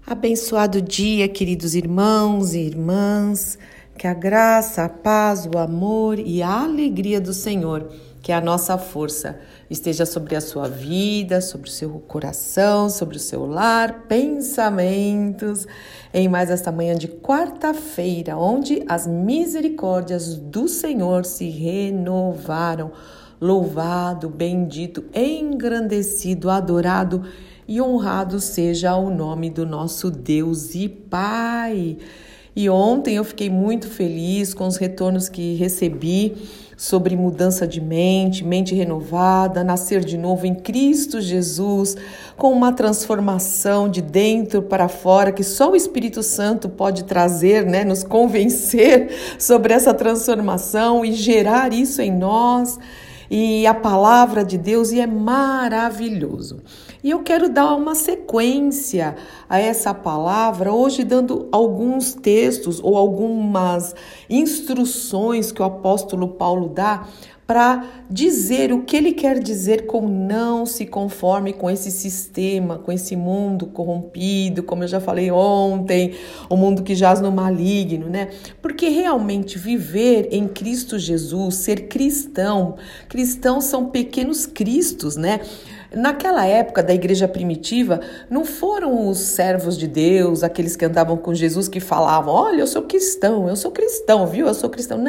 Abençoado dia, queridos irmãos e irmãs, que a graça, a paz, o amor e a alegria do Senhor, que é a nossa força, esteja sobre a sua vida, sobre o seu coração, sobre o seu lar, pensamentos, em mais esta manhã de quarta-feira, onde as misericórdias do Senhor se renovaram. Louvado, bendito, engrandecido, adorado e honrado seja o nome do nosso Deus e Pai. E ontem eu fiquei muito feliz com os retornos que recebi sobre mudança de mente renovada, nascer de novo em Cristo Jesus, com uma transformação de dentro para fora que só o Espírito Santo pode trazer, nos convencer sobre essa transformação e gerar isso em nós. E a palavra de Deus é maravilhoso. E eu quero dar uma sequência a essa palavra, hoje dando alguns textos ou algumas instruções que o apóstolo Paulo dá para dizer o que ele quer dizer com não se conforme com esse sistema, com esse mundo corrompido, como eu já falei ontem, o mundo que jaz no maligno, Porque realmente viver em Cristo Jesus, ser cristão, cristãos são pequenos cristos, Naquela época da igreja primitiva, não foram os servos de Deus, aqueles que andavam com Jesus que falavam, olha, eu sou cristão, viu? Eu sou cristão.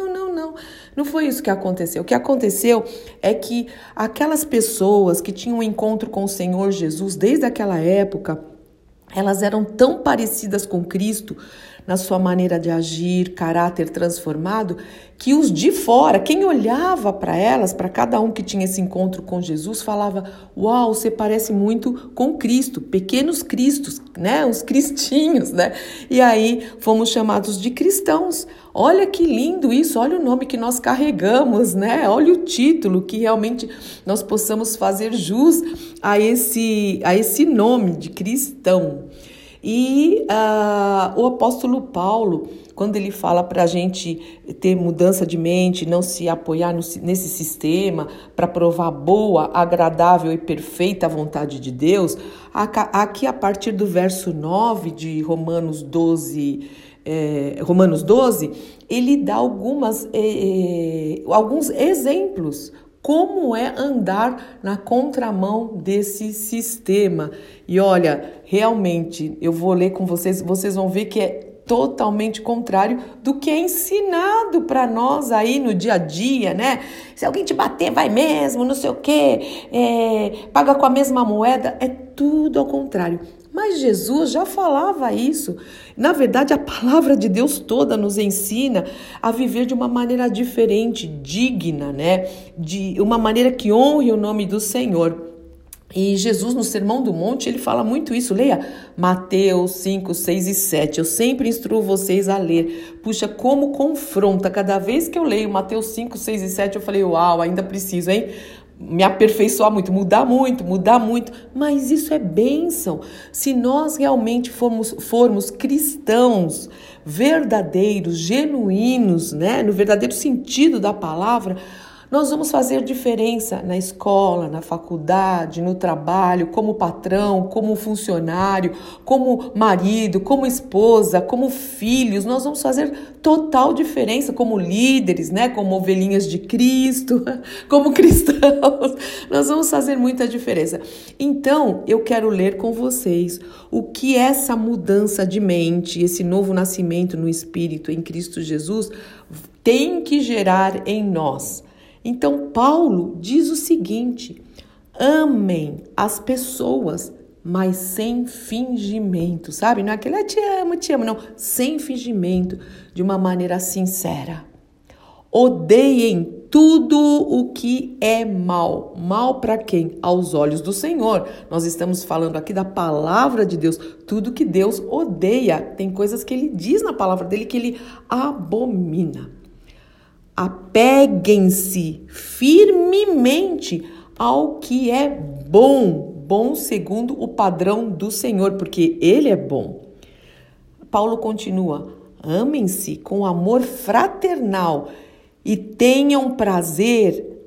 Não foi isso que aconteceu. O que aconteceu é que aquelas pessoas que tinham um encontro com o Senhor Jesus desde aquela época, elas eram tão parecidas com Cristo na sua maneira de agir, caráter transformado, que os de fora, quem olhava para elas, para cada um que tinha esse encontro com Jesus, falava, uau, você parece muito com Cristo, pequenos cristos, os cristinhos, E aí fomos chamados de cristãos. Olha que lindo isso, olha o nome que nós carregamos, Olha o título, que realmente nós possamos fazer jus a esse nome de cristão. E o apóstolo Paulo, quando ele fala para a gente ter mudança de mente, não se apoiar nesse sistema para provar boa, agradável e perfeita a vontade de Deus, aqui a partir do verso 9 de Romanos 12, ele dá alguns exemplos. Como é andar na contramão desse sistema? E olha, realmente, eu vou ler com vocês vão ver que é totalmente contrário do que é ensinado para nós aí no dia a dia, Se alguém te bater, vai mesmo, não sei o quê, paga com a mesma moeda, é tudo ao contrário. Mas Jesus já falava isso. Na verdade, a palavra de Deus toda nos ensina a viver de uma maneira diferente, digna, De uma maneira que honre o nome do Senhor. E Jesus, no Sermão do Monte, ele fala muito isso. Leia Mateus 5, 6 e 7. Eu sempre instruo vocês a ler. Puxa, como confronta. Cada vez que eu leio Mateus 5, 6 e 7, eu falei, uau, ainda preciso, hein? Me aperfeiçoar muito, mudar muito, mas isso é bênção. Se nós realmente formos cristãos verdadeiros, genuínos, no verdadeiro sentido da palavra, nós vamos fazer diferença na escola, na faculdade, no trabalho, como patrão, como funcionário, como marido, como esposa, como filhos. Nós vamos fazer total diferença como líderes, como ovelhinhas de Cristo, como cristãos. Nós vamos fazer muita diferença. Então, eu quero ler com vocês o que essa mudança de mente, esse novo nascimento no Espírito em Cristo Jesus tem que gerar em nós. Então, Paulo diz o seguinte, amem as pessoas, mas sem fingimento, sabe? Não é aquele te amo, não. Sem fingimento, de uma maneira sincera. Odeiem tudo o que é mal. Mal para quem? Aos olhos do Senhor. Nós estamos falando aqui da palavra de Deus. Tudo que Deus odeia. Tem coisas que ele diz na palavra dele que ele abomina. Apeguem-se firmemente ao que é bom segundo o padrão do Senhor, porque Ele é bom. Paulo continua, amem-se com amor fraternal e tenham prazer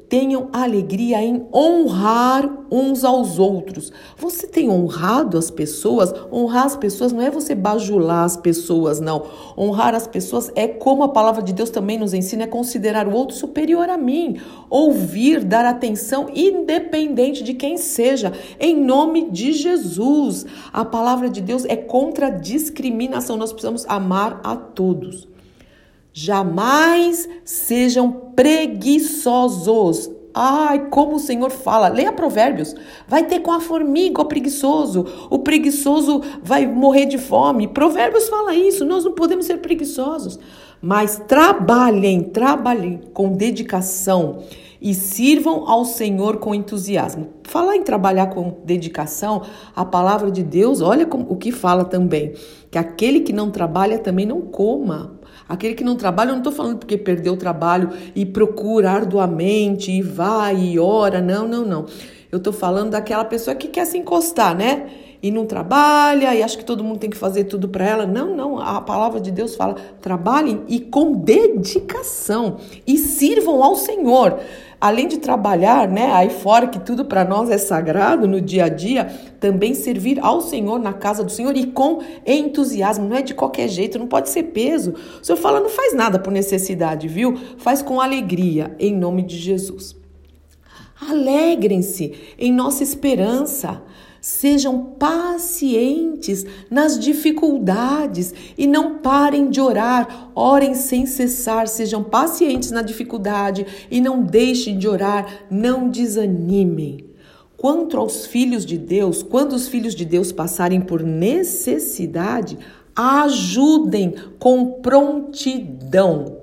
tenham alegria em honrar uns aos outros. Você tem honrado as pessoas? Honrar as pessoas não é você bajular as pessoas, não. Honrar as pessoas é como a palavra de Deus também nos ensina, é considerar o outro superior a mim. Ouvir, dar atenção, independente de quem seja, em nome de Jesus. A palavra de Deus é contra a discriminação. Nós precisamos amar a todos. Jamais sejam preguiçosos. Ai, como o Senhor fala. Leia Provérbios. Vai ter com a formiga o preguiçoso. O preguiçoso vai morrer de fome. Provérbios fala isso. Nós não podemos ser preguiçosos. Mas trabalhem com dedicação e sirvam ao Senhor com entusiasmo. Falar em trabalhar com dedicação, a palavra de Deus, olha o que fala também. Que aquele que não trabalha também não coma. Aquele que não trabalha, eu não estou falando porque perdeu o trabalho e procura arduamente e vai e ora, não. Eu estou falando daquela pessoa que quer se encostar, né? E não trabalha e acha que todo mundo tem que fazer tudo para ela. Não, a palavra de Deus fala, trabalhem e com dedicação e sirvam ao Senhor. Além de trabalhar, né, aí fora que tudo para nós é sagrado no dia a dia, também servir ao Senhor na casa do Senhor e com entusiasmo, não é de qualquer jeito, não pode ser peso. O Senhor fala, não faz nada por necessidade, viu? Faz com alegria, em nome de Jesus. Alegrem-se em nossa esperança. Sejam pacientes nas dificuldades e não parem de orar. Orem sem cessar. Sejam pacientes na dificuldade e não deixem de orar. Não desanimem. Quanto aos filhos de Deus, quando os filhos de Deus passarem por necessidade, ajudem com prontidão,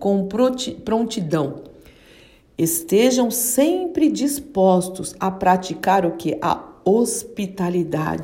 Estejam sempre dispostos a praticar o que? A hospitalidade.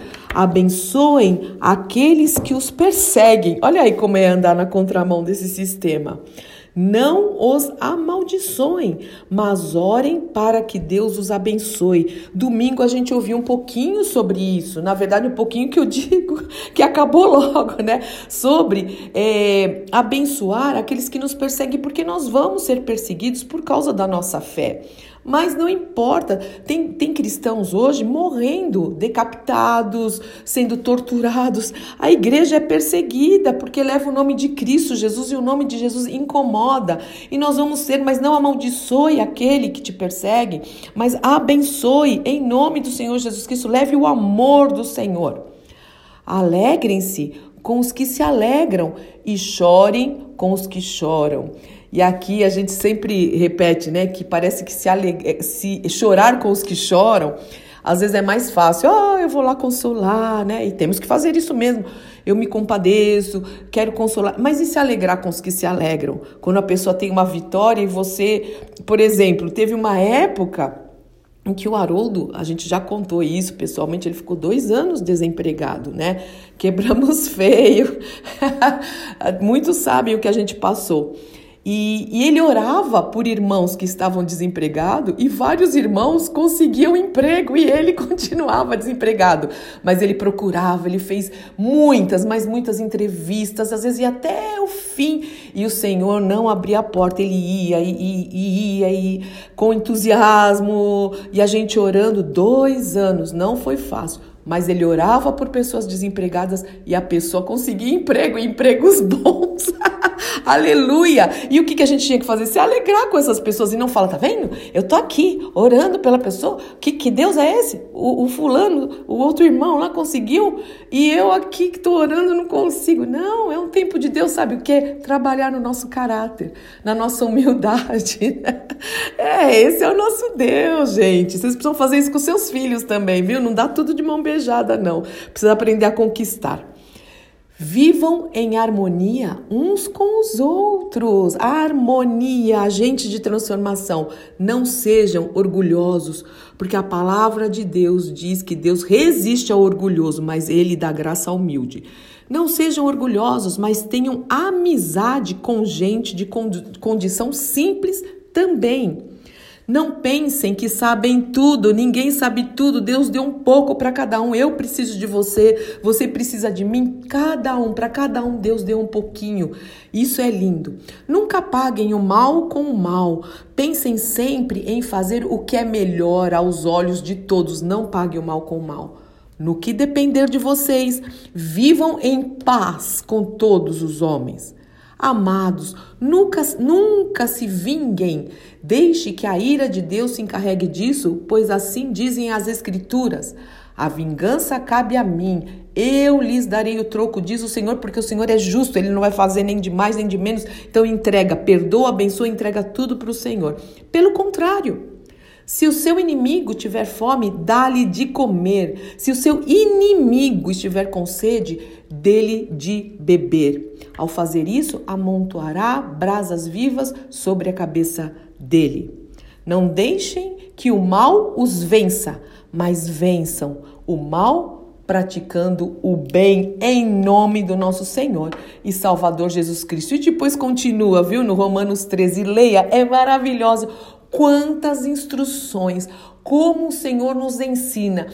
Abençoem aqueles que os perseguem. Olha aí como é andar na contramão desse sistema. Não os amaldiçoem, mas orem para que Deus os abençoe. Domingo a gente ouviu um pouquinho sobre isso. Na verdade, um pouquinho que eu digo que acabou logo, né? Sobre abençoar aqueles que nos perseguem, porque nós vamos ser perseguidos por causa da nossa fé. Mas não importa, tem cristãos hoje morrendo, decapitados, sendo torturados. A igreja é perseguida porque leva o nome de Cristo Jesus e o nome de Jesus incomoda. E nós vamos ser, mas não amaldiçoe aquele que te persegue, mas abençoe em nome do Senhor Jesus Cristo. Leve o amor do Senhor. Alegrem-se com os que se alegram e chorem com os que choram. E aqui a gente sempre repete, né, que parece que se chorar com os que choram, às vezes é mais fácil. Eu vou lá consolar, né? E temos que fazer isso mesmo. Eu me compadeço, quero consolar. Mas e se alegrar com os que se alegram? Quando a pessoa tem uma vitória e você, por exemplo, teve uma época em que o Haroldo, a gente já contou isso pessoalmente, ele ficou 2 anos desempregado, né? Quebramos feio. Muitos sabem o que a gente passou. E ele orava por irmãos que estavam desempregados e vários irmãos conseguiam emprego e ele continuava desempregado. Mas ele procurava, ele fez muitas entrevistas, às vezes ia até o fim e o Senhor não abria a porta, ele ia com entusiasmo e a gente orando 2 anos, não foi fácil. Mas ele orava por pessoas desempregadas e a pessoa conseguia emprego, empregos bons. Aleluia! E o que a gente tinha que fazer? Se alegrar com essas pessoas e não falar, tá vendo? Eu tô aqui orando pela pessoa. Que Deus é esse? O fulano, o outro irmão lá conseguiu e eu aqui que tô orando não consigo. Não, é um tempo de Deus, sabe o quê? Trabalhar no nosso caráter, na nossa humildade. Esse é o nosso Deus, gente. Vocês precisam fazer isso com seus filhos também, viu? Não dá tudo de mão beijada, não. Precisa aprender a conquistar. Vivam em harmonia uns com os outros. Harmonia, agente de transformação. Não sejam orgulhosos, porque a palavra de Deus diz que Deus resiste ao orgulhoso, mas Ele dá graça ao humilde. Não sejam orgulhosos, mas tenham amizade com gente de condição simples também. Não pensem que sabem tudo, ninguém sabe tudo, Deus deu um pouco para cada um, eu preciso de você, você precisa de mim, para cada um Deus deu um pouquinho, isso é lindo. Nunca paguem o mal com o mal, pensem sempre em fazer o que é melhor aos olhos de todos, não paguem o mal com o mal. No que depender de vocês, vivam em paz com todos os homens. Amados, nunca se vinguem, deixe que a ira de Deus se encarregue disso, pois assim dizem as Escrituras. A vingança cabe a mim, eu lhes darei o troco, diz o Senhor, porque o Senhor é justo, Ele não vai fazer nem de mais nem de menos, então entrega, perdoa, abençoa, entrega tudo para o Senhor. Pelo contrário, se o seu inimigo tiver fome, dá-lhe de comer. Se o seu inimigo estiver com sede, dê-lhe de beber. Ao fazer isso, amontoará brasas vivas sobre a cabeça dele. Não deixem que o mal os vença, mas vençam o mal praticando o bem em nome do nosso Senhor e Salvador Jesus Cristo. E depois continua, viu, no Romanos 13, leia, é maravilhoso. Quantas instruções, como o Senhor nos ensina.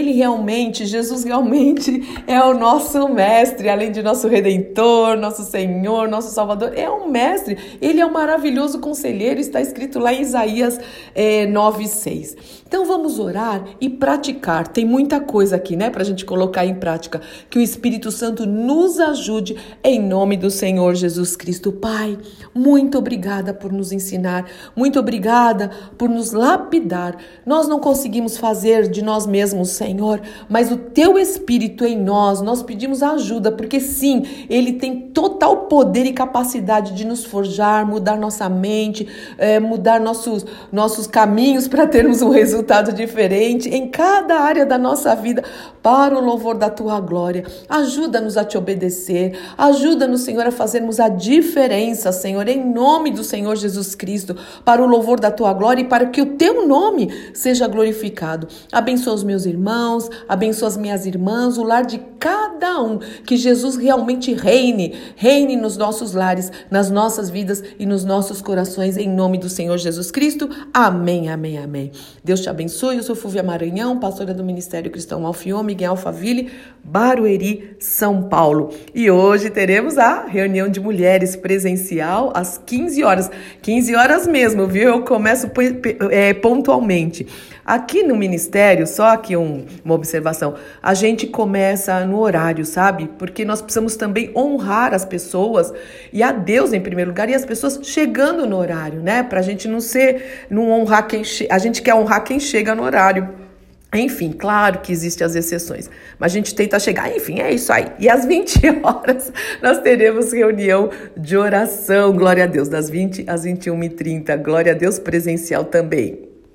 Jesus realmente é o nosso mestre, além de nosso Redentor, nosso Senhor, nosso Salvador, é um mestre. Ele é um maravilhoso conselheiro, está escrito lá em Isaías 9:6. Então vamos orar e praticar. Tem muita coisa aqui, né, pra gente colocar em prática. Que o Espírito Santo nos ajude em nome do Senhor Jesus Cristo. Pai, muito obrigada por nos ensinar, muito obrigada por nos lapidar. Nós não conseguimos fazer de nós mesmos, Senhor, mas o Teu Espírito em nós pedimos ajuda, porque sim, Ele tem total poder e capacidade de nos forjar, mudar nossa mente, mudar nossos caminhos para termos um resultado diferente em cada área da nossa vida, para o louvor da Tua glória. Ajuda-nos a Te obedecer, ajuda-nos, Senhor, a fazermos a diferença, Senhor, em nome do Senhor Jesus Cristo, para o louvor da Tua glória e para que o Teu nome seja glorificado. Abençoa os meus irmãos, abençoa as minhas irmãs, o lar de cada um, que Jesus realmente reine nos nossos lares, nas nossas vidas e nos nossos corações, em nome do Senhor Jesus Cristo. Amém, amém, amém. Deus te abençoe. Eu sou Fúvia Maranhão, pastora do Ministério Cristão Alfiômega em Alphaville, Barueri, São Paulo. E hoje teremos a reunião de mulheres presencial às 15 horas. 15 horas mesmo, viu? Eu começo pontualmente. Aqui no Ministério, só aqui uma observação, a gente começa no horário, sabe? Porque nós precisamos também honrar as pessoas e a Deus em primeiro lugar e as pessoas chegando no horário, né? Pra gente não honrar a gente quer honrar quem chega no horário. Enfim, claro que existem as exceções, mas a gente tenta chegar, enfim, é isso aí. E às 20 horas nós teremos reunião de oração, glória a Deus, das 20 às 21h30, glória a Deus, presencial também.